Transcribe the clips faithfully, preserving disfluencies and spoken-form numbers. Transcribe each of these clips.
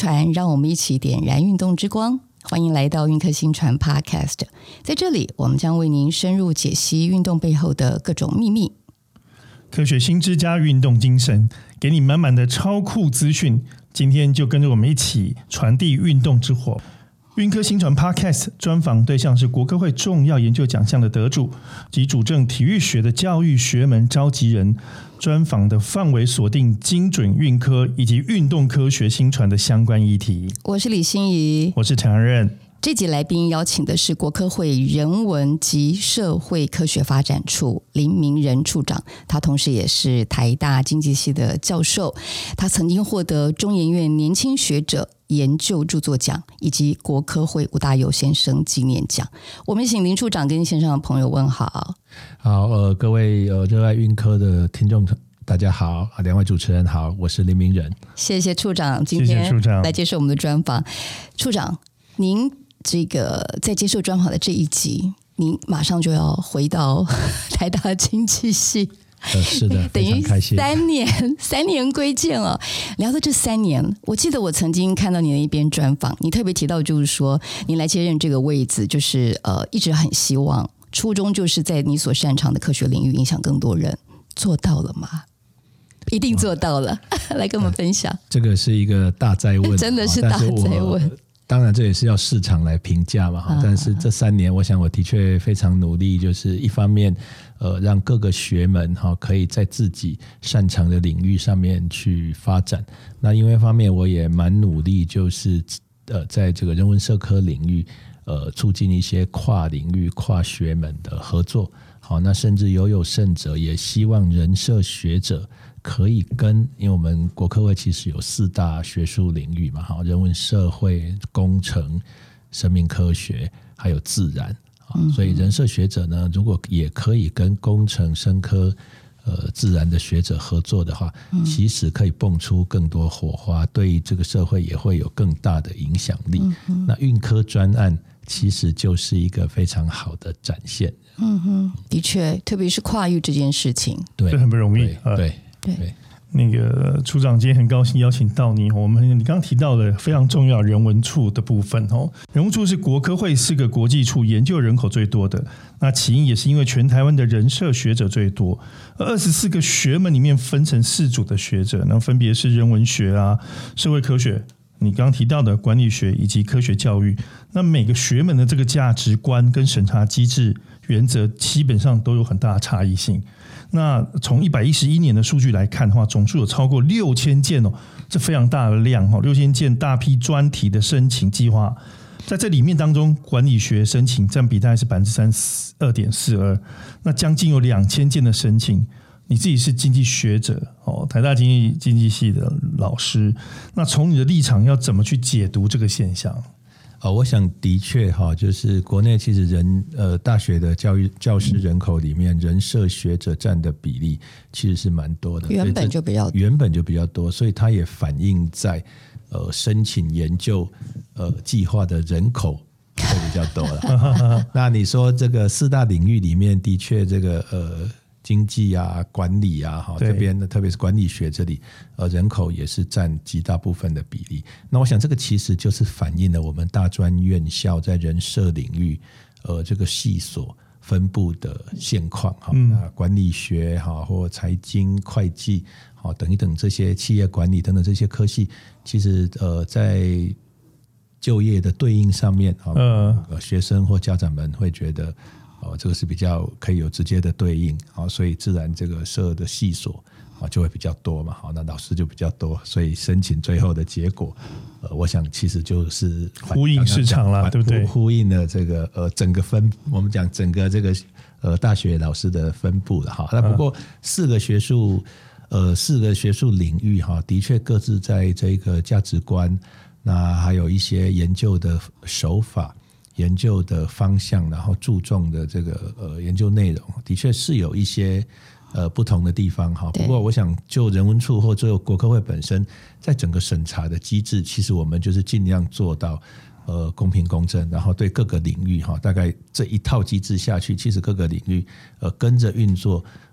传，让我们一起点燃运动之光。欢迎来到运科薪传 Podcast， 在这里我们将为您深入解析运动背后的各种秘密， 科学新知加运动精神，给你满满的超酷资讯。今天就跟着我们一起传递运动之火。运科薪传 Podcast 专访对象是国科会重要研究奖项的得主及主政体育学的教育学门召集人。专访的范围锁定精准运科以及运动科学薪传的相关议题。 我是李欣怡， 我是陈安任。 这集来宾邀请的是国科会人文及社会科学发展处林明仁处长，他同时也是台大经济系的教授，他曾经获得中研院年轻学者研究著作奖以及国科会吴大猷先生纪念奖。我们请林处长跟线上的朋友问好。 好，呃，各位呃热爱运科的听众大家好，两位主持人好，我是林明仁。 谢谢处长今天来接受我们的专访。处长，您这个在接受专访的这一集，您马上就要回到台大经济系。 呃、是的， 等于三年三年归建了。聊到这三年，我记得我曾经看到你的一篇专访，你特别提到就是说，你来接任这个位置，就是呃一直很希望，初衷就是在你所擅长的科学领域影响更多人，做到了吗？一定做到了，来跟我们分享。 呃、这个是一个大哉问， 真的是大哉问。 当然这也是要市场来评价嘛、啊、但是这三年我想我的确非常努力，就是一方面呃让各个学门哈可以在自己擅长的领域上面去发展，那另外一方面我也蛮努力，就是呃在这个人文社科领域呃促进一些跨领域跨学门的合作。好，那甚至有有甚者也希望人社学者可以跟，因为我们国科会其实有四大学术领域嘛，人文社会、工程、生命科学还有自然，所以人社学者呢，如果也可以跟工程、生科、呃、自然的学者合作的话，其实可以蹦出更多火花，对这个社会也会有更大的影响力。那运科专案其实就是一个非常好的展现。 嗯哼，的确，特别是跨域这件事情， 对，这很不容易。 对对。 对对， 那个处长今天很高兴邀请到你。我们你刚刚提到的非常重要人文处的部分哦，人文处是国科会四个国际处研究人口最多的，那起因也是因为全台湾的人社学者最多，二十四个学门里面分成四组的学者，那分别是人文学啊、社会科学，你刚刚提到的管理学以及科学教育。那每个学门的这个价值观跟审查机制原则基本上都有很大的差异性。那从一百一十一年的数据来看的话，总数有超过六千件哦，这非常大的量哦，六千件大批专题的申请计划，在这里面当中，管理学申请占比大概是百分之三十二点四二，那将近有两千件的申请。你自己是经济学者哦，台大经济经济系的老师，那从你的立场要怎么去解读这个现象？ 呃、我想的确哈，就是国内其实人呃大学的教育教师人口里面，人社学者占的比例其实是蛮多的， 原本就比较原本就比较多，所以它也反映在呃申请研究呃计划的人口会比较多了。那你说这个四大领域里面，的确这个呃。经济啊、管理啊，这边特别是管理学这里，呃，人口也是占极大部分的比例。那我想这个其实就是反映了我们大专院校在人社领域，呃，这个系所分布的现况。嗯，那管理学哈，或财经、会计，好等一等这些企业管理等等这些科系，其实呃在就业的对应上面，呃，学生或家长们会觉得。哦，这个是比较可以有直接的对应，好，所以自然这个社的系所啊就会比较多嘛，好，那老师就比较多，所以申请最后的结果，呃，我想其实就是呼应市场了，对不对？ 呼应了这个呃整个分，我们讲整个这个呃大学老师的分布了哈。那不过四个学术呃四个学术领域哈，的确各自在这个价值观，那还有一些研究的手法。研究的方向，然后注重的这个呃研究内容，的确是有一些呃不同的地方哈。不过我想就人文处或者国科会本身，在整个审查的机制，其实我们就是尽量做到呃公平公正，然后对各个领域哈，大概这一套机制下去，其实各个领域呃跟着运作，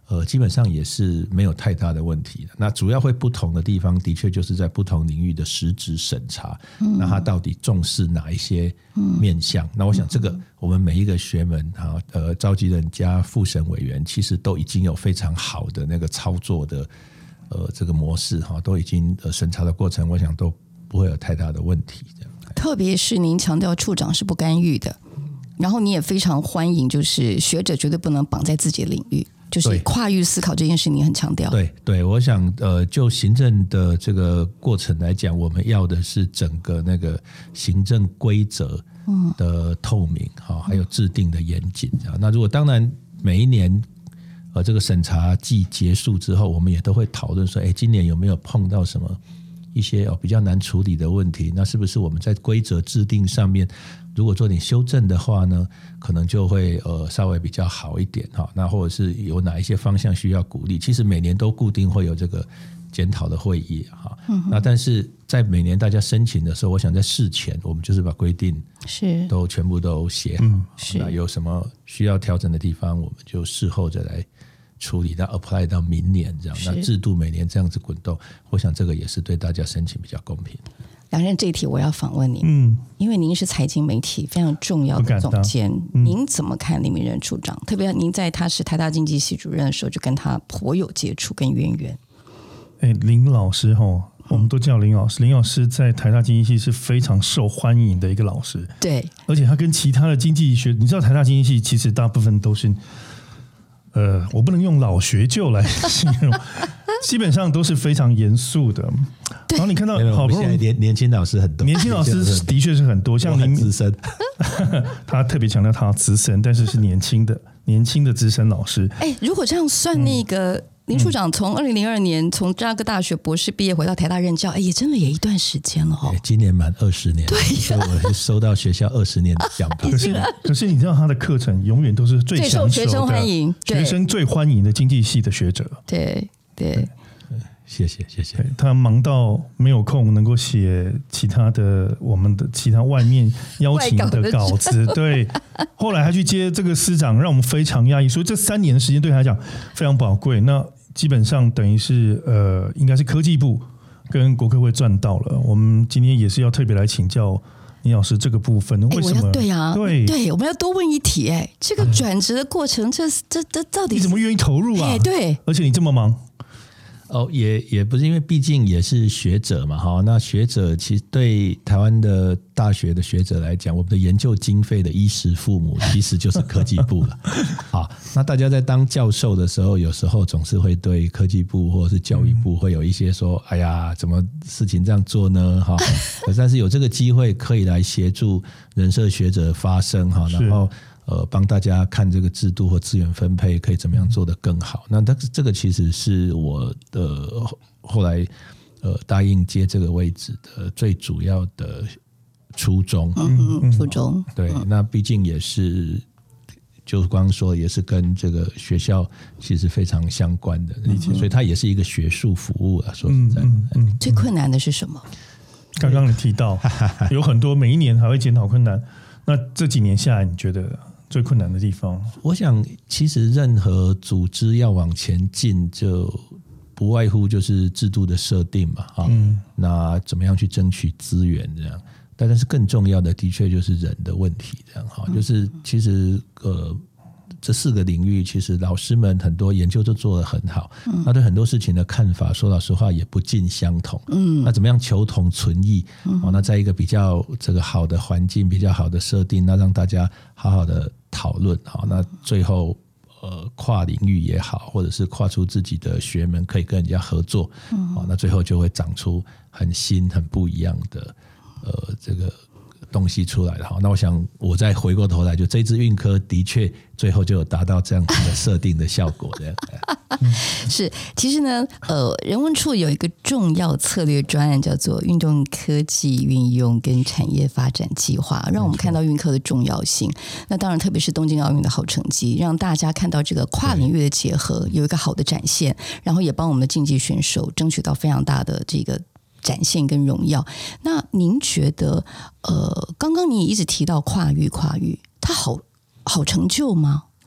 呃，基本上也是没有太大的问题的。那主要会不同的地方，的确就是在不同领域的实质审查，嗯、那他到底重视哪一些面向？嗯、那我想这个我们每一个学门啊，呃，召集人加复审委员，其实都已经有非常好的那个操作的呃这个模式哈，都已经呃审查的过程，我想都不会有太大的问题。这样， 特别是您强调处长是不干预的，然后你也非常欢迎，就是学者绝对不能绑在自己的领域。就是跨域思考这件事，你很强调。 对对，我想呃，就行政的这个过程来讲，我们要的是整个那个行政规则的透明，哈、嗯，还有制定的严谨。那如果当然每一年呃这个审查季结束之后，我们也都会讨论说，哎，今年有没有碰到什么一些哦比较难处理的问题？那是不是我们在规则制定上面，如果做点修正的话呢，可能就会呃稍微比较好一点哈。那或者是有哪一些方向需要鼓励？其实每年都固定会有这个检讨的会议哈。嗯、那但是在每年大家申请的时候，我想在事前我们就是把规定是都全部都写好。嗯、是那有什么需要调整的地方，我们就事后再来处理，那 apply 到明年这样，那制度每年这样子滚动，我想这个也是对大家申请比较公平。 梁任，这一题我要访问您，嗯，因为您是财经媒体非常重要的总监，嗯、您怎么看林明仁处长？特别您在他是台大经济系主任的时候，就跟他颇有接触跟渊源。 哎，林老师吼，我们都叫林老师。林老师在台大经济系是非常受欢迎的一个老师， 对， 而且他跟其他的经济学，你知道台大经济系其实大部分都是。呃，我不能用老学究来形容，基本上都是非常严肃的。然后你看到好不容易年年轻老师很多， 年轻老师的确是很多，像您资深， 他特别强调他资深，但是是年轻的年轻的资深老师。 哎，如果这样算那个。嗯林处长从二零零二年从芝加哥大学博士毕业回到台大任教，哎，也真的也一段时间了哦。 今年满二十年， 对呀， 我收到学校二十年的奖牌。 可是，可是你知道他的课程永远都是最最受学生欢迎， 学生最欢迎的经济系的学者。 对对。对谢谢谢谢， 他忙到没有空能够写其他的我们的其他外面邀请的稿子，对。后来他去接这个司长，让我们非常压抑，所以这三年的时间对他来讲非常宝贵。那基本上等于是呃，应该是科技部跟国科会赚到了。我们今天也是要特别来请教林老师这个部分，为什么？ 对啊， 对对，我们要多问一题，哎，这个转职的过程，这这这到底你怎么愿意投入啊？ 对， 而且你这么忙。 哦，也也不是，因为毕竟也是学者嘛，哈。那学者其实对台湾的大学的学者来讲，我们的研究经费的衣食父母其实就是科技部了。好，那大家在当教授的时候，有时候总是会对科技部或者是教育部会有一些说，哎呀，怎么事情这样做呢？哈，但是有这个机会可以来协助人社学者发声哈，然后。呃，帮大家看这个制度或资源分配可以怎么样做得更好。那这个这个其实是我的后来呃答应接这个位置的最主要的初衷。 嗯嗯，初衷。 对，那毕竟也是，就刚刚说也是跟这个学校其实非常相关的，嗯、所以它也是一个学术服务了。说实在，嗯嗯嗯、最困难的是什么？ 刚刚你提到有很多，每一年还会检讨困难。那这几年下来，你觉得？最困难的地方， 我想其实任何组织要往前进，就不外乎就是制度的设定嘛，哈、嗯，那怎么样去争取资源这样，但是更重要的，的确就是人的问题这样哈，就是其实呃这四个领域，其实老师们很多研究都做得很好，嗯、那对很多事情的看法，说老实话也不尽相同。嗯，那怎么样求同存异？嗯、哦，那在一个比较这个好的环境、比较好的设定，那让大家好好的讨论。好，那最后呃跨领域也好，或者是跨出自己的学门，可以跟人家合作。嗯，哦，那最后就会长出很新、很不一样的呃这个。东西出来了，那我想我再回过头来，就这支运科的确最后就有达到这样子的设定的效果的。 是，其实呢，呃，人文处有一个重要策略专案，叫做运动科技运用跟产业发展计划，让我们看到运科的重要性。那当然，特别是东京奥运的好成绩，让大家看到这个跨领域的结合有一个好的展现，然后也帮我们的竞技选手争取到非常大的这个。展现跟荣耀。那您觉得，呃，刚刚你一直提到跨域，跨域，它好好成就吗？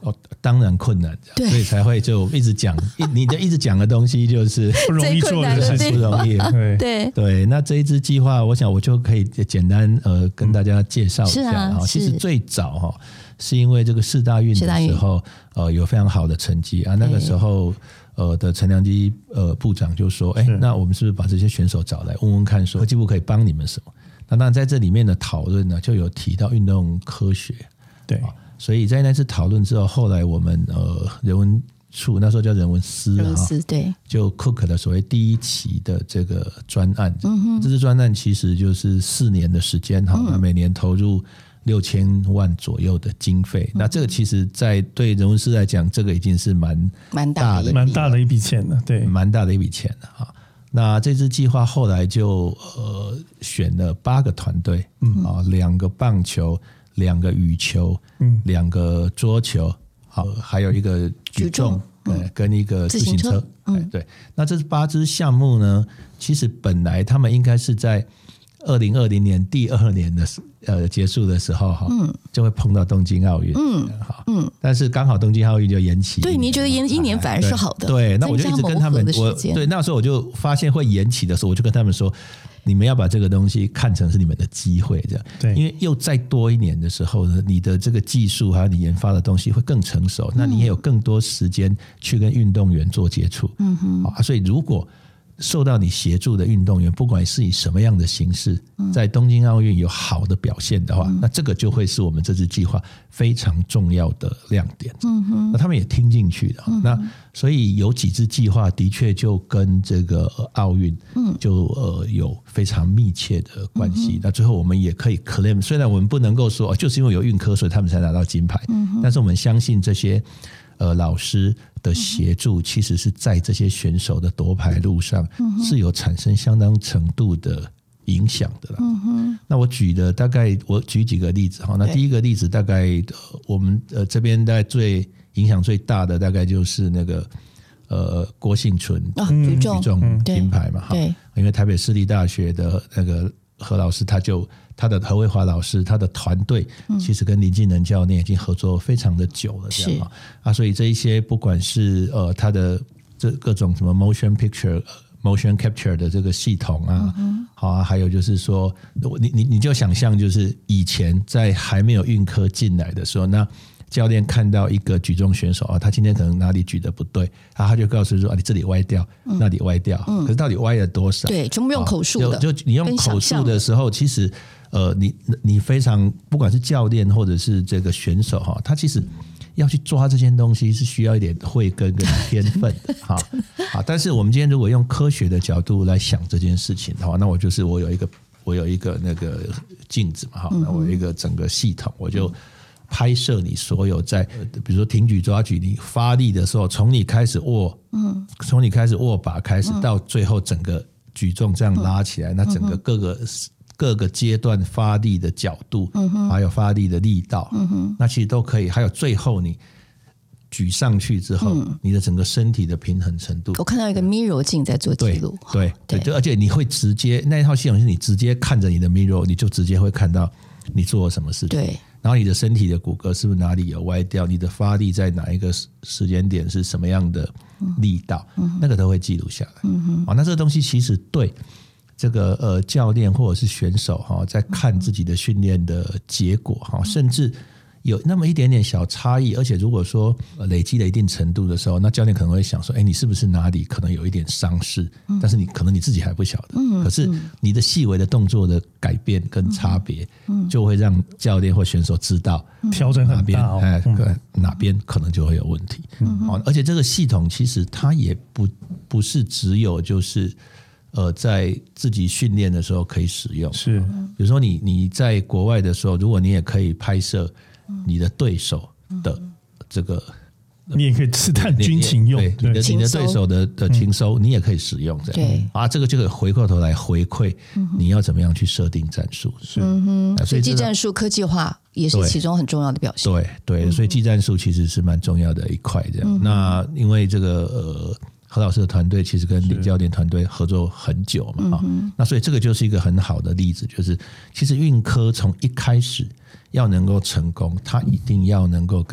哦，当然困难， 对， 所以才会就一直讲，你的一直讲的东西就是不容易做的事情， 不容易。 对对，那这一支计划，我想我就可以简单呃跟大家介绍一下哈、 嗯。 其实最早哈是因为这个世大运的时候，呃有非常好的成绩啊，那个时候呃的陈良基呃部长就说，哎，那我们是不是把这些选手找来问问看，说科技部可以帮你们什么？那当然在这里面的讨论呢，就有提到运动科学， 对。 所以在那次讨论之后，后来我们呃人文处那时候叫人文司啊， 对， 就 Cook 的所谓第一期的这个专案，嗯、这支专案其实就是四年的时间哈、嗯，每年投入六千万左右的经费、嗯。那这个其实，在对人文司来讲，这个已经是蛮蛮大的蛮大的一笔钱了，对， 蛮大的一笔钱了哈。那这支计划后来就呃选了八个团队，嗯啊，两个棒球。两个羽球，嗯，两个桌球，好，还有一个举重，对、嗯，跟一个自行车，车嗯，对。那这八支项目呢，其实本来他们应该是在二零二零年第二年的呃结束的时候哈，嗯，就会碰到东京奥运，嗯，好，嗯，但是刚好东京奥运就延期， 对，你觉得延一年反而是好的， 对，那我就一直跟他们，我对那时候我就发现会延期的时候，我就跟他们说。你们要把这个东西看成是你们的机会，这样，对，因为又再多一年的时候呢，你的这个技术还有你研发的东西会更成熟，嗯、那你也有更多时间去跟运动员做接触，嗯哼，啊，所以如果受到你协助的运动员，不管是以什么样的形式，在东京奥运有好的表现的话，嗯、那这个就会是我们这支计划非常重要的亮点。嗯哼，那他们也听进去了。嗯、那所以有几支计划的确就跟这个奥运就呃有非常密切的关系。嗯、那最后我们也可以 claim， 虽然我们不能够说就是因为有运科，所以他们才拿到金牌，嗯、但是我们相信这些呃老师的协助，其实是在这些选手的夺牌路上是有产生相当程度的影响的啦。嗯哼，那我举的大概我举几个例子哈。那第一个例子大概、呃、我们呃这边大概最影响最大的大概就是那个呃郭婞淳举重金牌嘛哈。对，因为台北市立大学的那个何老师他就。他的何卫华老师，他的团队其实跟林敬能教练已经合作非常的久了，这样啊，所以这一些不管是呃他的这各种什么 motion picture、motion capture 的这个系统啊，嗯、好啊，还有就是说，你你你就想象，就是以前在还没有运科进来的时候，那教练看到一个举重选手啊，他今天可能哪里举得不对，啊，他就告诉说啊，你这里歪掉，嗯、那里歪掉，嗯，可是到底歪了多少？ 对，全部用口述的， 就就你用口述的时候，其实。呃，你你非常不管是教练或者是这个选手哈，他其实要去抓这些东西是需要一点慧根跟天分的哈。好，但是我们今天如果用科学的角度来想这件事情的话，那我就是我有一个我有一个那个镜子嘛哈，那我有一个整个系统，我就拍摄你所有在比如说挺举抓举，你发力的时候，从你开始握，嗯，从你开始握把开始到最后整个举重这样拉起来，那整个各个。各个阶段发力的角度，嗯、还有发力的力道，嗯、那其实都可以。还有最后你举上去之后，嗯、你的整个身体的平衡程度。 我看到一个 mirror 镜在做记录， 对对 对, 对，而且你会直接那一套系统是你直接看着你的 mirror， 你就直接会看到你做了什么事情。对，然后你的身体的骨骼是不是哪里有歪掉？你的发力在哪一个时间点是什么样的力道？嗯、那个都会记录下来。嗯、哦，那这个东西其实对。这个呃教练或者是选手哈，在看自己的训练的结果哈，甚至有那么一点点小差异，而且如果说累积了一定程度的时候，那教练可能会想说，哎，你是不是哪里可能有一点伤势？但是你可能你自己还不晓得，可是你的细微的动作的改变跟差别，就会让教练或选手知道调整哪边， 哎，哪边可能就会有问题。而且这个系统其实它也不不是只有就是。呃，在自己训练的时候可以使用， 是，比如说你你在国外的时候，如果你也可以拍摄你的对手的这个， 你也可以试探军情用， 对，你的你的对手的的情收，你也可以使用这样，对啊，这个就可以回过头来回馈你要怎么样去设定战术， 是，嗯哼，所以技战术科技化也是其中很重要的表现， 对对，所以技战术其实是蛮重要的一块这样。那因为这个呃。何老师的团队其实跟林教练团队合作很久嘛，嗯、那所以这个就是一个很好的例子，就是其实运科从一开始要能够成功，它一定要能够跟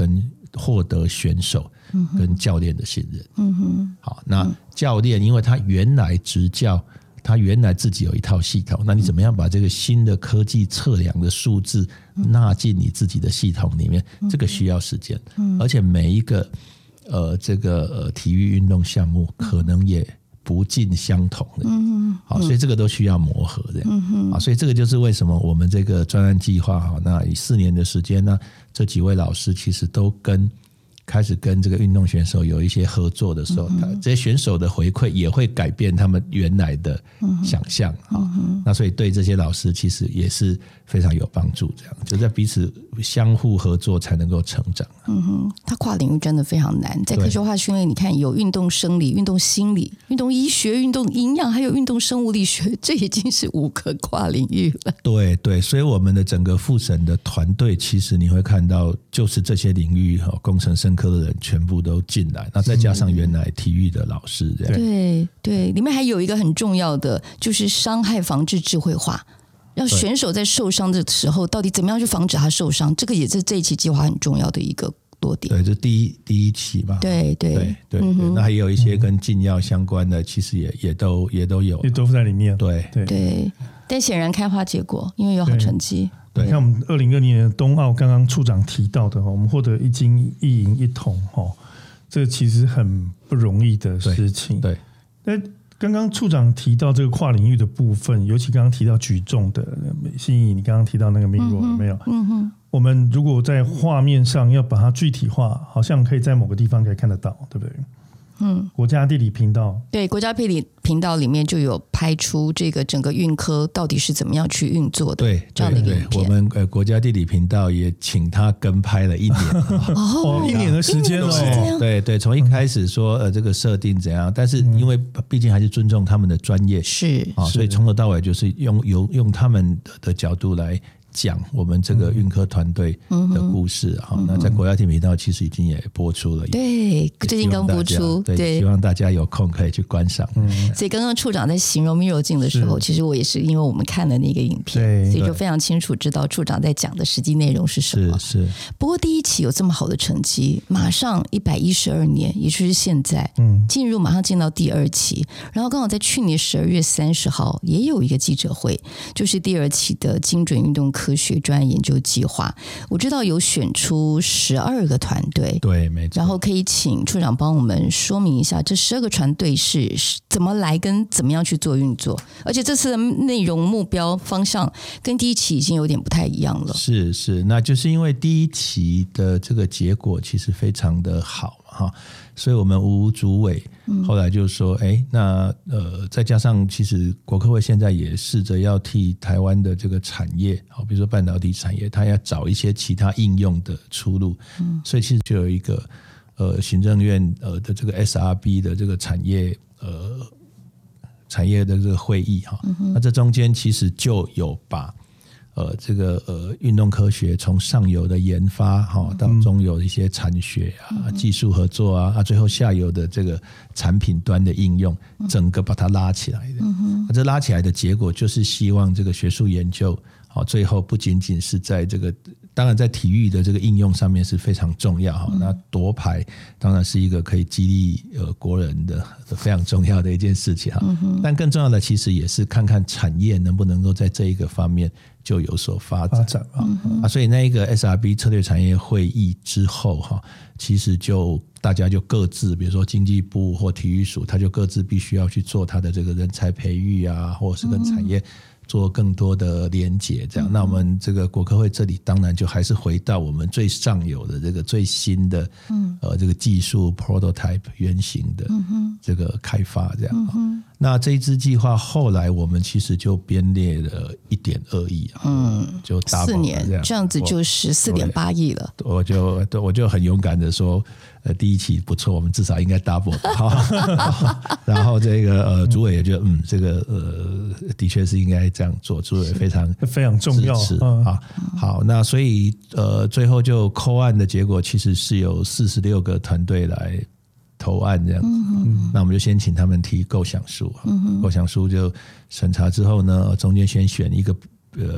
获得选手跟教练的信任。 嗯哼， 好，那教练因为他原来执教，他原来自己有一套系统，那你怎么样把这个新的科技测量的数字纳进你自己的系统里面？这个需要时间，而且每一个呃这个呃体育运动项目可能也不尽相同的，嗯，好，所以这个都需要磨合的，嗯好，所以这个就是为什么我们这个专案计划哈，那以四年的时间呢，这几位老师其实都跟开始跟这个运动选手有一些合作的时候，嗯、这些选手的回馈也会改变他们原来的想象啊、嗯。那所以对这些老师其实也是非常有帮助，这样就在彼此相互合作才能够成长。 嗯哼，他跨领域真的非常难，在科学化训练，你看有运动生理、运动心理、运动医学、运动营养，还有运动生物力学，这已经是五个跨领域了。 对对，所以我们的整个复审的团队，其实你会看到，就是这些领域哈，工程生科的人全部都进来，那再加上原来体育的老师这样， 对对，里面还有一个很重要的，就是伤害防治智慧化。让选手在受伤的时候，到底怎么样去防止他受伤？这个也是这一期计划很重要的一个落点。 对，这第一第一期嘛。 对对对 对, 对、嗯，那还有一些跟禁药相关的，其实也也都也都有， 也都在里面。 对对对，但显然开花结果，因为有好成绩。 对，像我们二零二零年的冬奥，刚刚处长提到的，我们获得一金一银一铜，这其实很不容易的事情。 对， 那刚刚处长提到这个跨领域的部分，尤其刚刚提到举重的心怡，你刚刚提到那个 Mirror 有没有？嗯哼，我们如果在画面上要把它具体化，好像可以在某个地方可以看得到，对不对？嗯，国家地理频道对，国家地理频道里面就有拍出这个整个运科到底是怎么样去运作的， 对， 这样的一个影片。 我们呃国家地理频道也请他跟拍了一年， 哦，一年的时间了， 对对，从一开始说呃这个设定怎样，但是因为毕竟还是尊重他们的专业， 是啊，所以从头到尾就是用由用他们的角度来讲我们这个运科团队的故事，嗯、那在国家地理频道其实已经也播出了， 对，最近刚播出， 对，对，希望大家有空可以去观赏。嗯、 所以刚刚处长在形容 Mirror 镜的时候，其实我也是因为我们看了那个影片，所以就非常清楚知道处长在讲的实际内容是什么。 是是。 不过第一期有这么好的成绩，马上一百一十二年，也就是现在，嗯，进入马上进到第二期，然后刚好在去年十二月三十号也有一个记者会，就是第二期的精准运动科学专案研究计划，我知道有选出十二个团队， 对，没错。 然后可以请处长帮我们说明一下，这十二个团队是怎么来跟怎么样去做运作，而且这次的内容目标方向跟第一期已经有点不太一样了。 是是，那就是因为第一期的这个结果其实非常的好哈，所以我们吴主委后来就说，哎、嗯，那呃，再加上其实国科会现在也试着要替台湾的这个产业，好，比如说半导体产业，它要找一些其他应用的出路，嗯，所以其实就有一个呃行政院呃的这个 S R B 的这个产业呃产业的这个会议哈，嗯、那这中间其实就有把。呃，这个呃，运动科学从上游的研发哈，到中游的一些产学啊、技术合作啊，啊，最后下游的这个产品端的应用，整个把它拉起来的。嗯、这拉起来的结果就是希望这个学术研究，好，最后不仅仅是在这个，当然在体育的这个应用上面是非常重要哈。嗯、那夺牌当然是一个可以激励呃国人的非常重要的一件事情哈。嗯、但更重要的其实也是看看产业能不能够在这一个方面。就有所发展, 发展、嗯、啊，所以那一个 S R B 策略产业会议之后哈，其实就大家就各自，比如说经济部或体育署，他就各自必须要去做他的这个人才培育啊，或者是跟产业做更多的连结，这样。嗯、那我们这个国科会这里当然就还是回到我们最上游的这个最新的，嗯、呃，这个技术 prototype 原型的这个开发，这样。嗯那这一支计划后来我们其实就编列了一点二亿，嗯，就四年这样，这样子就是四点八亿了。 我就我就很勇敢的说，呃，第一期不错，我们至少应该 double 吧。然后这个呃，主委也觉得，嗯，这个呃，的确是应该这样做，主委非常非常重要啊。好，那所以呃，最后就扣案的结果，其实是有四十六个团队来。投案这样子，嗯、那我们就先请他们提构想书，嗯、构想书就审查之后呢，中间先选一个呃比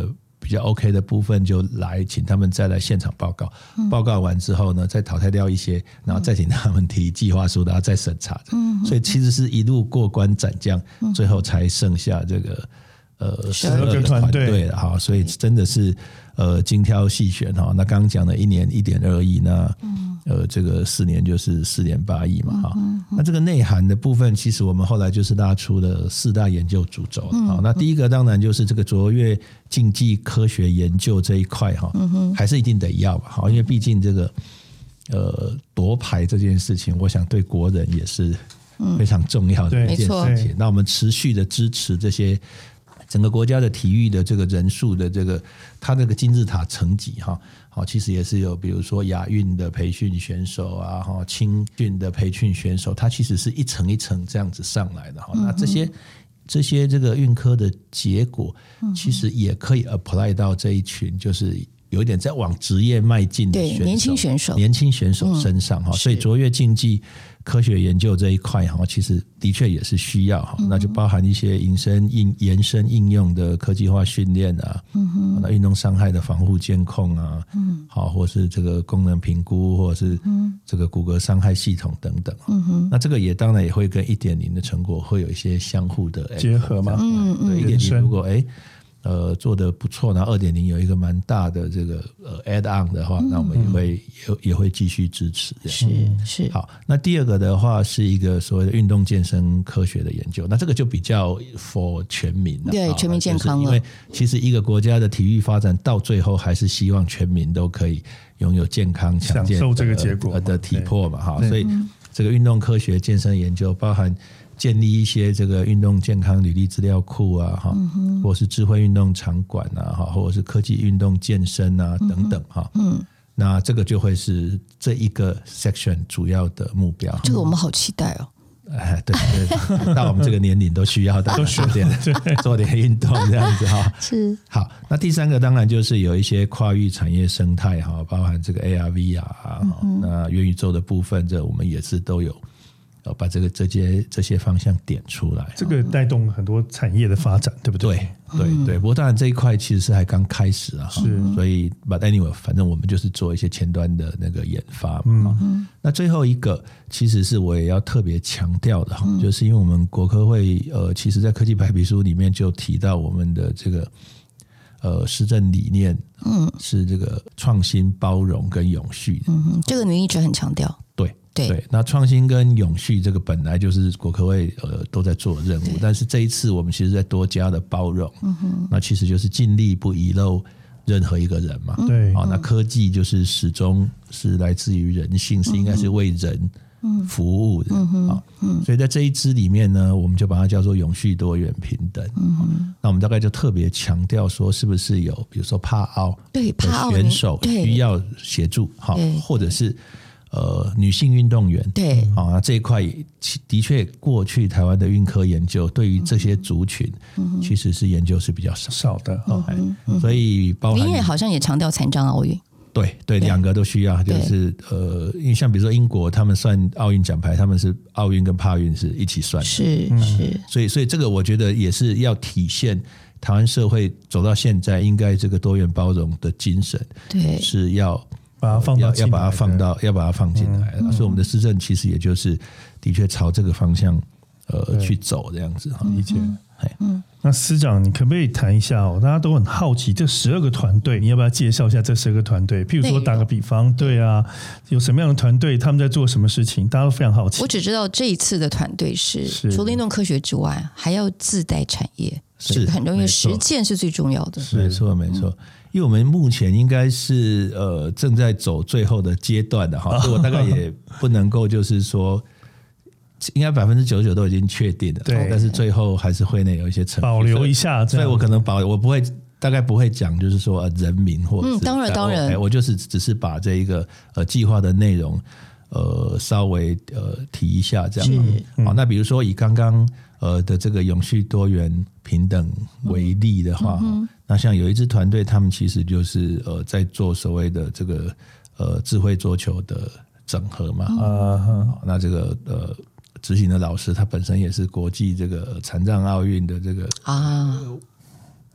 比较 OK 的部分就来请他们再来现场报告，嗯、报告完之后呢，再淘汰掉一些，然后再请他们提计划书，然后再审查。嗯，所以其实是一路过关斩将，嗯、最后才剩下这个呃十二个团队了哈。所以真的是呃精挑细选哈。那刚刚讲的一年一点二亿，那呃这个四年就是四点八亿嘛哈。那这个内涵的部分，其实我们后来就是拉出了四大研究主轴。嗯、那第一个当然就是这个卓越竞技科学研究这一块哈，嗯、还是一定得要吧？好，因为毕竟这个呃夺牌这件事情，我想对国人也是非常重要的一件事情。那我们持续的支持这些整个国家的体育的这个人数的这个它这个金字塔层级哈。好，其实也是有，比如说亚运的培训选手啊，哈，青训的培训选手，它其实是一层一层这样子上来的哈。嗯、那这些这些这个运科的结果，其实也可以 apply 到这一群，就是有一点在往职业迈进的选手， 年轻选手， 年轻选手身上哈。嗯、所以卓越竞技科学研究这一块哈，其实的确也是需要哈，嗯、那就包含一些引申应延伸应用的科技化训练啊，嗯、那运动伤害的防护监控啊，嗯、好，或是这个功能评估，或者是这个骨骼伤害系统等等，嗯、那这个也当然也会跟 一点零 的成果会有一些相互的结合嘛， 嗯嗯，对 一点零 如果哎。呃，做得不错，然后 二点零 有一个蛮大的这个呃 add on 的话，嗯、那我们也会也也会继续支持。 是是。 好，那第二个的话是一个所谓的运动健身科学的研究，那这个就比较 for 全民了， 对，全民健康了。 因为其实一个国家的体育发展到最后还是希望全民都可以拥有健康强健的享受这个结果的体魄嘛，哈，所以这个运动科学健身研究包含建立一些这个运动健康履历资料库啊，哈、嗯，或是智慧运动场馆啊，哈，或者是科技运动健身啊等等，哈，嗯，那这个就会是这一个 section 主要的目标。 这个我们好期待哦。 哎，对对，到我们这个年龄都需要的，都需要点做点运动这样子哈。 是。好， 那第三个当然就是有一些跨域产业生态哈，包含这个 A R V R 啊，嗯、那元宇宙的部分，这我们也是都有。把这个这些这些方向点出来， 这个带动很多产业的发展，对不对？ 对对对。不过当然这一块其实是还刚开始啊，是。所以 ，but anyway， 反正我们就是做一些前端的那个研发嘛。嗯、那最后一个其实是我也要特别强调的哈，嗯、就是因为我们国科会呃，其实在科技白皮书里面就提到我们的这个呃施政理念，嗯，是这个创新、包容跟永续。 嗯，这个你一直很强调。 对。 对, 对，那创新跟永续这个本来就是国科会呃都在做的任务，但是这一次我们其实在多加的包容，嗯、那其实就是尽力不遗漏任何一个人嘛。 对， 啊，那科技就是始终是来自于人性，是应该是为人服务的啊、嗯嗯。所以在这一支里面呢，我们就把它叫做永续、多元、平等。嗯、那我们大概就特别强调说，是不是有比如说帕奥对帕奥选手需要协助，好，或者是。呃，女性运动员对啊，这一块的确，过去台湾的运科研究对于这些族群，嗯、其实是研究是比较少少的， 嗯嗯、所以包含明月好像也强调残障奥运， 对对，两个都需要，就是呃，因为像比如说英国，他们算奥运奖牌，他们是奥运跟帕运是一起算的， 是是， 所以所以这个我觉得也是要体现台湾社会走到现在，应该这个多元包容的精神， 对， 是要。 把它放到要把它放到要把它放进来、嗯，所以我们的施政其实也就是的确朝这个方向呃去走这样子哈。 理解。嗯，那司长，你可不可以谈一下哦？大家都很好奇，这十二个团队，你要不要介绍一下这十二个团队？譬如说打个比方，对啊，有什么样的团队，他们在做什么事情？大家都非常好奇。 我只知道这一次的团队是除了运动科学之外，还要自带产业， 是很重要，实践是最重要的。 没错，没错。因为我们目前应该是呃正在走最后的阶段的哈，所以我大概也不能够就是说，应该百分之九十九都已经确定了， 对， 但是最后还是会内有一些成保留一下， 所以我可能保我不会大概不会讲就是说、呃、人名或者是、 嗯、当然当然， 我就是只是把这一个呃计划的内容呃稍微呃提一下这样，好，那比如说以刚刚呃的这个永续多元平等为例的话。嗯嗯，那像有一支团队，他们其实就是呃在做所谓的这个呃智慧桌球的整合嘛，嗯、那这个呃执行的老师他本身也是国际这个残障奥运的这个啊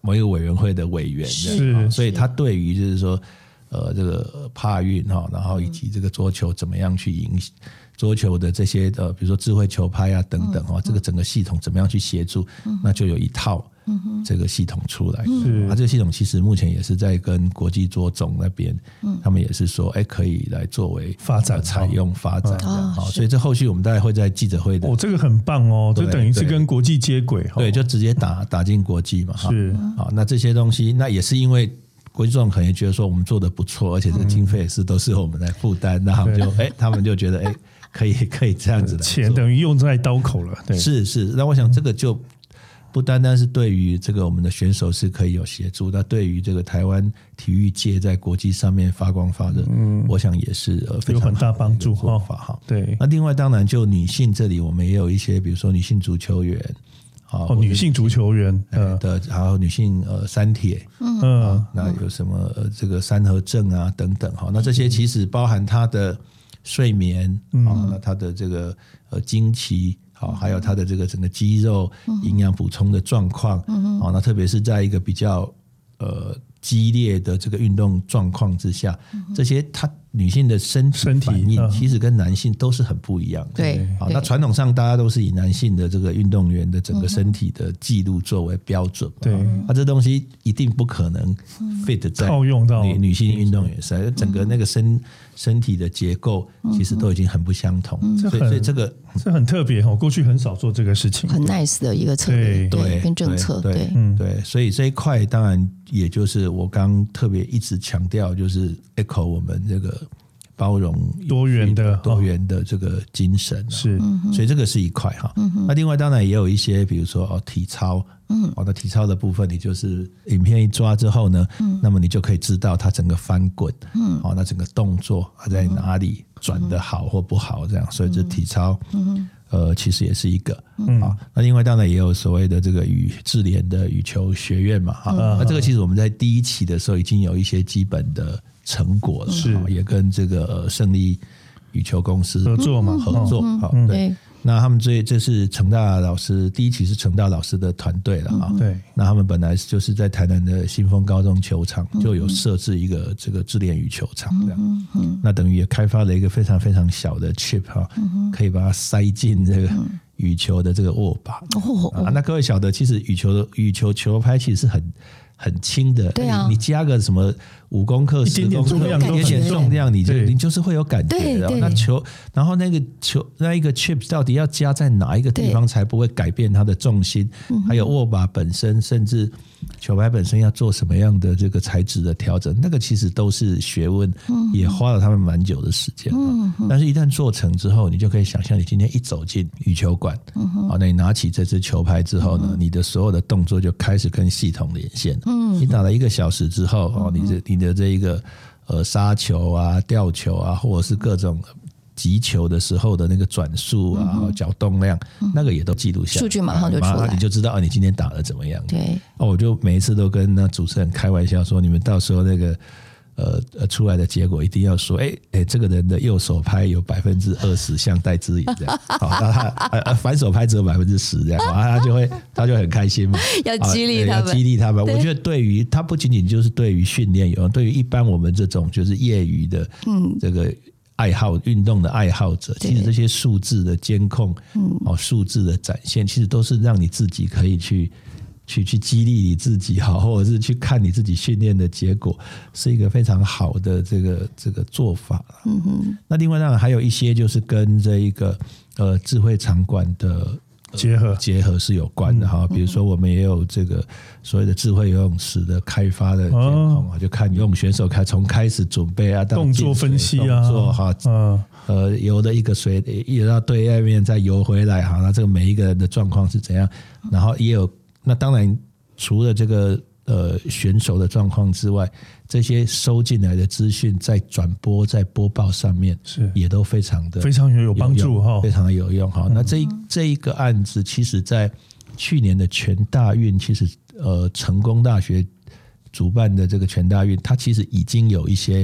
某一个委员会的委员， 是， 所以他对于就是说，呃，这个帕运哈，然后以及这个桌球怎么样去影响桌球的这些呃，比如说智慧球拍啊等等哈、嗯，这个整个系统怎么样去协助，嗯、那就有一套这个系统出来。嗯，啊，这个系统其实目前也是在跟国际桌总那边，嗯、他们也是说，哎，可以来作为发展、 采用发展的哈、哦。所以这后续我们大概会在记者会的。 哦，这个很棒哦，这等于是跟国际接轨。 对，就直接打打进国际嘛。 是好，那这些东西，那也是因为。国际总可能觉得说我们做的不错，而且这个经费也是都是我们来负担，那、嗯、他们就哎，他们就觉得哎，可以可以这样子的， 钱等于用在刀口了。对， 是是。那我想这个就不单单是对于这个我们的选手是可以有协助，那对于这个台湾体育界在国际上面发光发热，嗯，我想也是呃非常有很大帮助做法哈。 对。 那另外当然就女性这里，我们也有一些，比如说女性足球员。 哦，女性足球员呃的，还有女性呃三铁，嗯、啊，那有什么、呃、这个三合症啊等等哈，那这些其实包含她的睡眠啊、嗯，那她的这个呃经期，好，还有她的这个整个肌肉营养补充的状况，嗯，好，那特别是在一个比较呃激烈的这个运动状况之下，这些她女性的身体反应其实跟男性都是很不一样的。 对， 好，那传统上大家都是以男性的这个运动员的整个身体的记录作为标准。 对， 啊，这东西一定不可能 fit 在套用到女女性运动员身上，整个那个身身体的结构其实都已经很不相同。所以，所以这个这很特别哈，过去很少做这个事情， 很 nice 的一个策略，对，跟政策， 对，对，所以这一块当然也就是我刚特别一直强调，就是 echo 我们这个。包容多元的多元的这个精神、啊、 是， 所以这个是一块哈。那另外当然也有一些，比如说哦体操，嗯，哦那体操的部分，你就是影片一抓之后呢，嗯，那么你就可以知道它整个翻滚，嗯，哦那整个动作在哪里转得好或不好这样，所以这体操，嗯。呃，其实也是一个、嗯、啊。那另外当然也有所谓的这个羽智联的羽球学院嘛，哈、嗯。那这个其实我们在第一期的时候已经有一些基本的成果了， 是、 啊、也跟这个、呃、胜利羽球公司合作嘛， 合作，好、嗯，对。那他们这这是成大老师第一期是成大老师的团队了啊、嗯， 对。 那他们本来就是在台南的新丰高中球场就有设置一个这个智联羽球场这样，嗯嗯、那等于也开发了一个非常非常小的 chip 哈、嗯，可以把它塞进这个羽球的这个握把。哦、啊，那各位晓得，其实羽球的羽球球拍其实是很。很轻的， 对啊， 你加个什么五公克、十公克，一点点重量，你就你就是会有感觉的。那球，然后那个球，那一个 chip 到底要加在哪一个地方才不会改变它的重心？还有握把本身，甚至球拍本身要做什么样的这个材质的调整，那个其实都是学问，也花了他们蛮久的时间。但是，一旦做成之后，你就可以想象，你今天一走进羽球馆，啊，那你拿起这支球拍之后呢，你的所有的动作就开始跟系统连线。嗯，你打了一个小时之后，哦，你的你的这一个呃杀球啊、吊球啊，或者是各种击球的时候的那个转速啊、嗯、角动量、嗯，那个也都记录下来， 数据马上就出来， 马上你就知道啊，你今天打得怎么样？ 对， 哦，我就每一次都跟那主持人开玩笑说，你们到时候那个。呃呃，出来的结果一定要说，哎、欸、哎、欸，这个人的右手拍有百分之二十像戴资颖这样，好，那他呃反手拍只有百分之十这样，他就会他就很开心嘛， 要激励他们， 要激励他们。我觉得对于他不仅仅就是对于训练有用，对于一般我们这种就是业余的，嗯，这个爱好运动的爱好者，其实这些数字的监控，嗯，哦，数字的展现，其实都是让你自己可以去。去去激励你自己好，或者是去看你自己训练的结果，是一个非常好的这个这个做法。嗯哼。那另外当然还有一些就是跟这一个呃智慧场馆的、呃、 结合结合是有关的哈、嗯。比如说我们也有这个所谓的智慧游泳池的开发的监控啊、哦，就看游泳选手开从开始准备啊，到动作分析啊， 动作哈，嗯。呃，游的一个水，一直到对岸面再游回来哈，那这个每一个人的状况是怎样？然后也有。那当然，除了这个呃选手的状况之外，这些收进来的资讯在转播、在播报上面，是也都非常的非常有帮助哈， 非常的有用哈、嗯。那这一这一个案子，其实在去年的全大运，其实呃成功大学主办的这个全大运，它其实已经有一些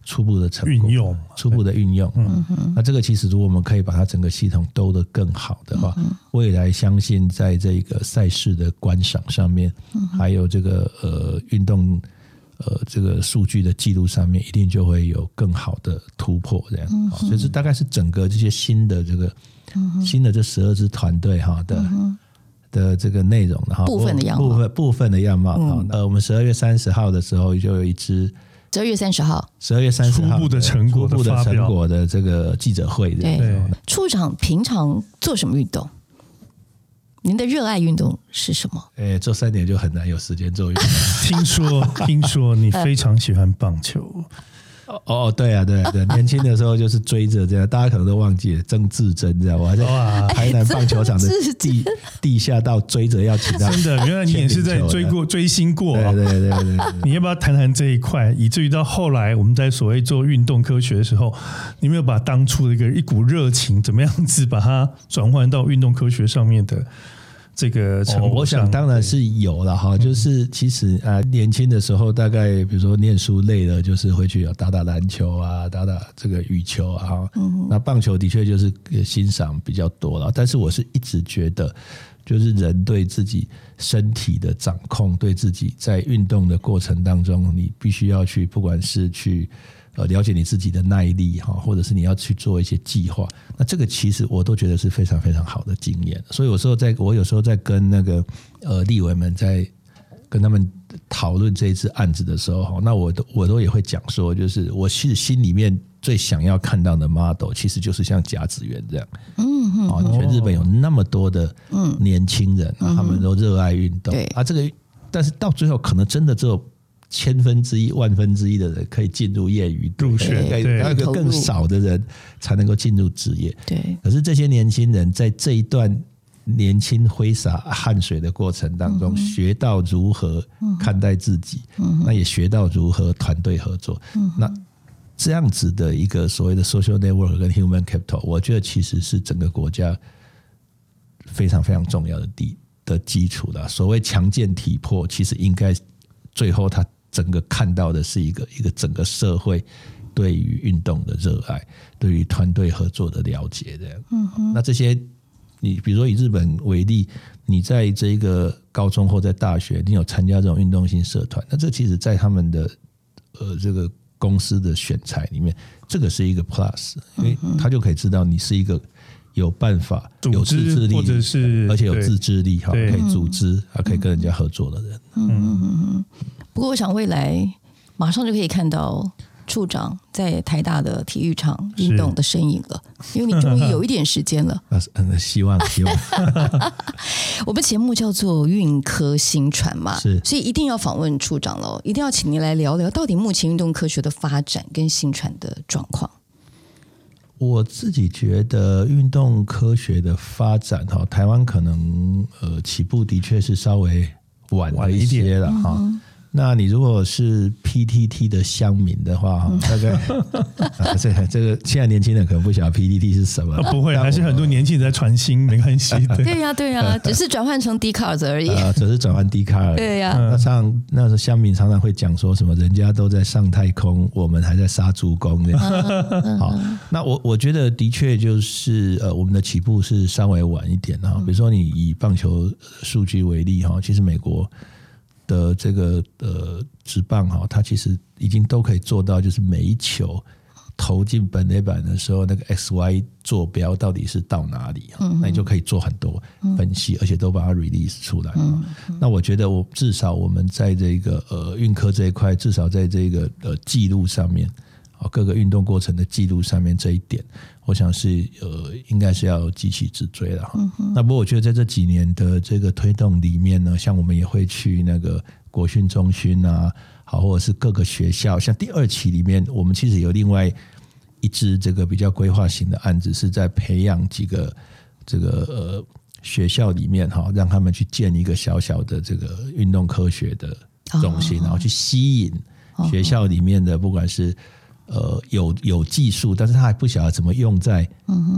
初步的成果运用， 初步的运用。嗯嗯，那这个其实如果我们可以把它整个系统兜得更好的话，嗯、未来相信在这个赛事的观赏上面，嗯、还有这个呃运动呃这个数据的记录上面，一定就会有更好的突破。这样，嗯、所以这大概是整个这些新的这个、嗯、新的这十二支团队哈的。嗯的这个内容哈， 部分的样貌， 部分部分的样貌。嗯、呃，我们十二月三十号的时候就有一支， 十二月三十号， 十二月三十号初步的成果初步的成果的这个记者会。 对，对处长平常做什么运动？您的热爱运动是什么？ 诶，做三年就很难有时间做运动。 听说，听说你非常喜欢棒球。 哦，对啊，对啊，对，年轻的时候就是追着这样，大家可能都忘记了曾志珍这样，我还在台南棒球场的地地下道追着要请他。真的，原来你也是在追过追星过、啊。 对对对 对, 對, 對你要不要谈谈这一块？以至于到后来我们在所谓做运动科学的时候，你有没有把当初的一个一股热情，怎么样子把它转换到运动科学上面的？这个成果、 哦、我想当然是有了哈，就是其实啊，年轻的时候大概比如说念书累了，就是会去打打篮球啊，打打这个羽球啊。嗯、那棒球的确就是欣赏比较多了，但是我是一直觉得，就是人对自己身体的掌控，对自己在运动的过程当中，你必须要去，不管是去。呃，了解你自己的耐力哈，或者是你要去做一些计划，那这个其实我都觉得是非常非常好的经验。所以有时候在我有时候在跟那个呃立委们在跟他们讨论这一次案子的时候，那我都我都也会讲说，就是我其实心里面最想要看到的 model， 其实就是像甲子园这样。嗯嗯，哦，全日本有那么多的年轻人，嗯、他们都热爱运动，嗯、啊，这个但是到最后可能真的只有。千分之一、万分之一的人可以进入业余入选， 那个更少的人才能够进入职业。 对， 可是这些年轻人在这一段年轻挥洒汗水的过程当中，嗯、学到如何看待自己，嗯、那也学到如何团队合作。嗯、那这样子的一个所谓的 social network 跟 human capital， 我觉得其实是整个国家非常非常重要的地的基础啦。所谓强健体魄，其实应该最后它整个看到的是一个一个整个社会对于运动的热爱，对于团队合作的了解这样。嗯哼，那这些你比如说以日本为例，你在这个高中或在大学，你有参加这种运动性社团，那这其实在他们的呃这个公司的选材里面，这个是一个 plus， 因为他就可以知道你是一个有办法、有自制力， 或者是而且有自制力哈，可以组织啊，可以跟人家合作的人。 嗯嗯嗯。不过我想未来马上就可以看到处长在台大的体育场运动的身影了，因为你终于有一点时间了。 嗯，希望希望。 我们节目叫做运科新传嘛， 是， 所以一定要访问处长了，一定要请您来聊聊到底目前运动科学的发展跟新传的状况。 我自己觉得运动科学的发展哈，台湾可能呃起步的确是稍微晚了一些了哈。那你如果是 P T T 的乡民的话，大概啊，这个这个现在年轻人可能不晓得 P T T 是什么， 啊、不会，还是很多年轻人在传新，没关系。 对呀、啊，对呀、啊，只是转换成 Dcard 而已。 啊，只是转换 Dcard 而已。 对呀、啊， 那常那时候乡民常常会讲说什么，人家都在上太空，我们还在杀猪工这样。好，那我我觉得的确就是呃，我们的起步是稍微晚一点哈。比如说你以棒球数据为例哈，其实美国的这个呃职棒哈，它其实已经都可以做到，就是每一球投进本垒板的时候，那个 X Y 坐标到底是到哪里，嗯、那你就可以做很多分析，嗯、而且都把它 release 出来。嗯嗯、那我觉得我至少我们在这个呃运科这一块，至少在这个呃记录上面，各个运动过程的记录上面这一点，我想是呃应该是要急起直追了。嗯、那不过我觉得在这几年的这个推动里面呢，像我们也会去那个国训中心啊，好，或者是各个学校，像第二期里面，我们其实有另外一支这个比较规划型的案子，是在培养几个这个呃学校里面哈，让他们去建一个小小的这个运动科学的中心，哦、然后去吸引学校里面的不管是呃有有技术，但是他还不晓得怎么用在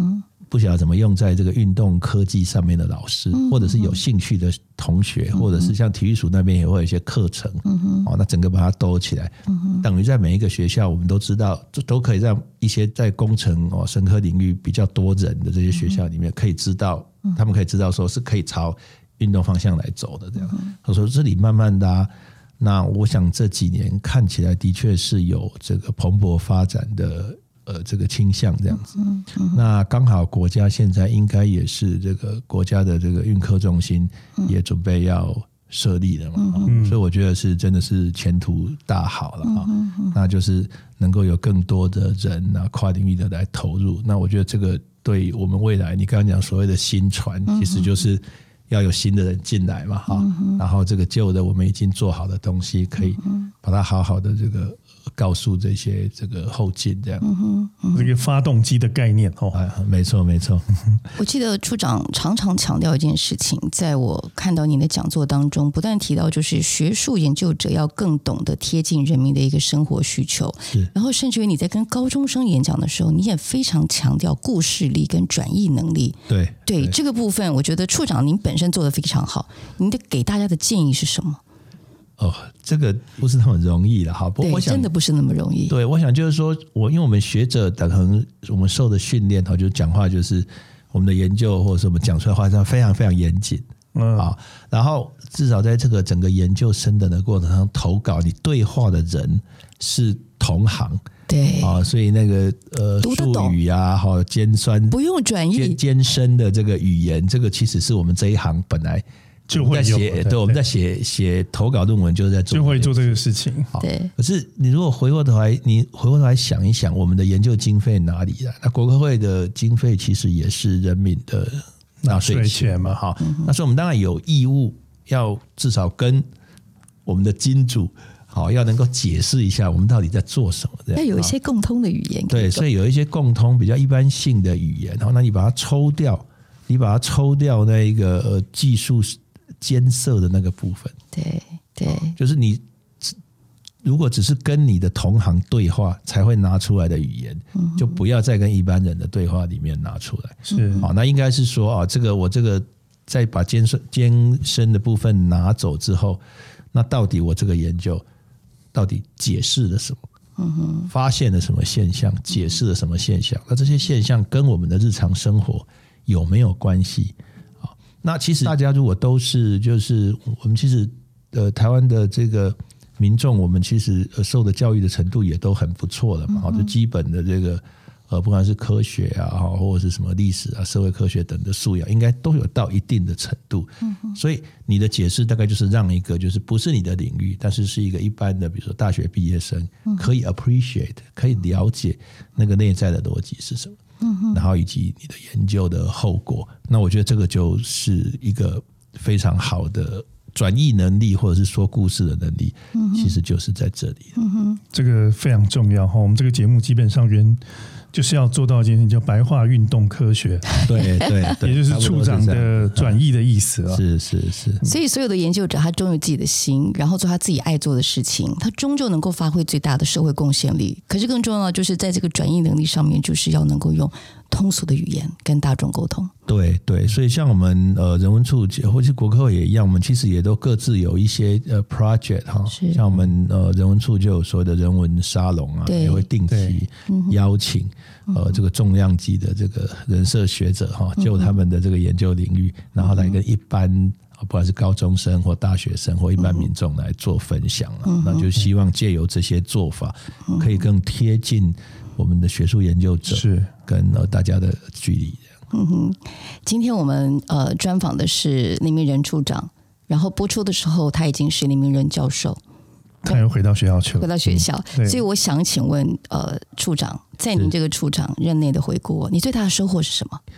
不晓得怎么用在这个运动科技上面的老师， 嗯、 或者是有兴趣的同学，嗯、或者是像体育署那边也会有一些课程，嗯哦，那整个把它兜起来，嗯、等于在每一个学校，我们都知道，都可以让一些在工程哦、生科领域比较多人的这些学校里面，可以知道，嗯、他们可以知道说是可以朝运动方向来走的这样。我、嗯、说这里慢慢的、啊。那我想这几年看起来的确是有这个蓬勃发展的呃这个倾向这样子。嗯嗯、那刚好国家现在应该也是这个国家的这个运科中心也准备要设立了嘛，嗯、所以我觉得是真的是前途大好了啊。嗯嗯、那就是能够有更多的人啊跨领域的来投入。那我觉得这个对我们未来你刚刚讲所谓的新传，其实就是要有新的人进来嘛，哈、嗯，然后这个旧的我们已经做好的东西，可以把它好好的这个告诉这些这个后进，这样，嗯嗯、这个发动机的概念哦， 啊，没错没错。 我记得处长常常强调一件事情，在我看到您的讲座当中，不但提到就是学术研究者要更懂得贴近人民的一个生活需求，然后甚至于你在跟高中生演讲的时候，你也非常强调故事力跟转译能力。 对对, 对，这个部分我觉得处长您本身做得非常好，您的给大家的建议是什么？ 哦，这个不是那么容易了，哈。不过我想真的不是那么容易。 对，我想就是说，我因为我们学者可能我们受的训练，哈，就讲话就是我们的研究或者是我们讲出来话，非常非常严谨，嗯啊。然后至少在这个整个研究生的过程中，投稿你对话的人是同行。 对啊，所以那个呃术语啊，哈，尖酸不用转译， 尖尖深的这个语言，这个其实是我们这一行本来就会有。 对，对，我们在写写投稿论文就是在做， 就会做这个事情。 对。 可是你如果回过头来，你回过头来想一想，我们的研究经费哪里来？那国科会的经费其实也是人民的纳税钱嘛，哈。那所以我们当然有义务要至少跟我们的金主。好，要能够解释一下我们到底在做什么，这样要有一些共通的语言。 对，所以有一些共通比较一般性的语言，然后那你把它抽掉，你把它抽掉那一个、呃、技术艰涩的那个部分。 对对， 就是你如果只是跟你的同行对话才会拿出来的语言，嗯、就不要再跟一般人的对话里面拿出来。 是， 好，那应该是说啊，这个我这个再把艰艰深的部分拿走之后，那到底我这个研究。到底解释了什么？嗯哼，发现了什么现象？解释了什么现象？那这些现象跟我们的日常生活有没有关系？啊，那其实大家如果都是，就是我们其实呃台湾的这个民众，我们其实受的教育的程度也都很不错了嘛，就基本的这个呃不管是科学啊，或者是什么历史啊、社会科学等的素养，应该都有到一定的程度。嗯，所以你的解释大概就是让一个就是不是你的领域，但是是一个一般的，比如说大学毕业生可以 appreciate， 可以了解那个内在的逻辑是什么，嗯，然后以及你的研究的后果。那我觉得这个就是一个非常好的转译能力，或者是说故事的能力，嗯、其实就是在这里。 嗯哼，这个非常重要哈。我们这个节目基本上原就是要做到一件事情，叫白话运动科学。 对对对， 也就是处长的转译的意思啊。 是是是。 所以所有的研究者，他忠于自己的心，然后做他自己爱做的事情，他终究能够发挥最大的社会贡献力。可是更重要的就是在这个转译能力上面，就是要能够用通俗的语言跟大众沟通。 对对，所以像我们呃人文处或是国科会也一样，我们其实也都各自有一些呃 project 哈，像我们呃人文处就有所谓的人文沙龙啊，也会定期邀请呃这个重量级的这个人社学者哈，就他们的这个研究领域，然后来跟一般不管是高中生或大学生或一般民众来做分享啊，嗯、那就希望借由这些做法，可以更贴近我们的学术研究者是跟呃大家的距离。 嗯哼，今天我们呃专访的是林明仁处长，然后播出的时候他已经是林明仁教授， 他又回到学校去了， 回到学校，嗯、所以我想请问呃处长，在您这个处长任内的回顾，你最大的收获是什么？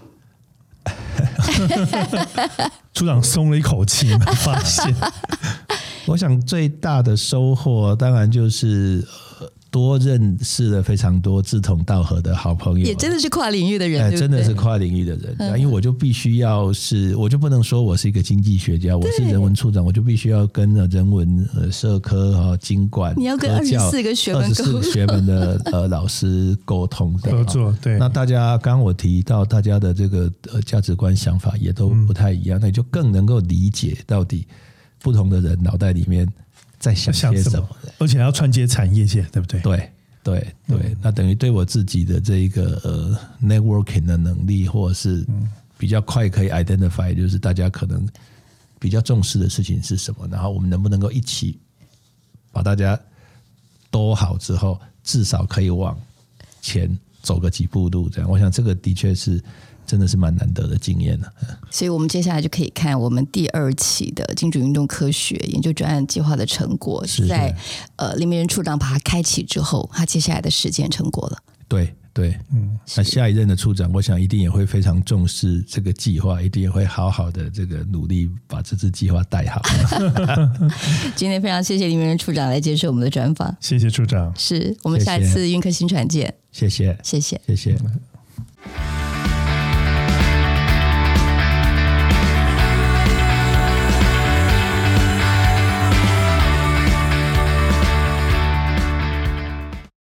处长松了一口气，有没有发现？ 我想最大的收获当然就是、呃、 多认识了非常多志同道合的好朋友， 也真的是跨领域的人， 哎、 对不对？ 真的是跨领域的人、嗯、因为我就必须要是，我就不能说我是一个经济学家，我是人文处长，我就必须要跟人文、呃、社科哈、经管， 你要跟二十四个学门二十四个学门的呃老师沟通合作。对， 那大家刚刚我提到，大家的这个呃价值观想法也都不太一样，嗯、那你就更能够理解到底不同的人脑袋里面在想些什么， 而且还要串接产业界，对不对？ 对对对、嗯，那等于对我自己的这一个呃 networking 的能力，或者是比较快可以 identify， 就是大家可能比较重视的事情是什么，然后我们能不能够一起把大家都好之后，至少可以往前走个几步路，这样，我想这个的确是。真的是蛮难得的经验的， 所以我们接下来就可以看我们第二期的精准运动科学研究专案计划的成果， 是在呃林明仁处长把它开启之后，他接下来的实践成果了。 对对，嗯，那下一任的处长，我想一定也会非常重视这个计划，一定也会好好的这个努力把这支计划带好。 今天非常谢谢林明仁处长来接受我们的专访， 谢谢处长， 是我们下一次运科新传见， 谢谢， 谢谢， 谢谢。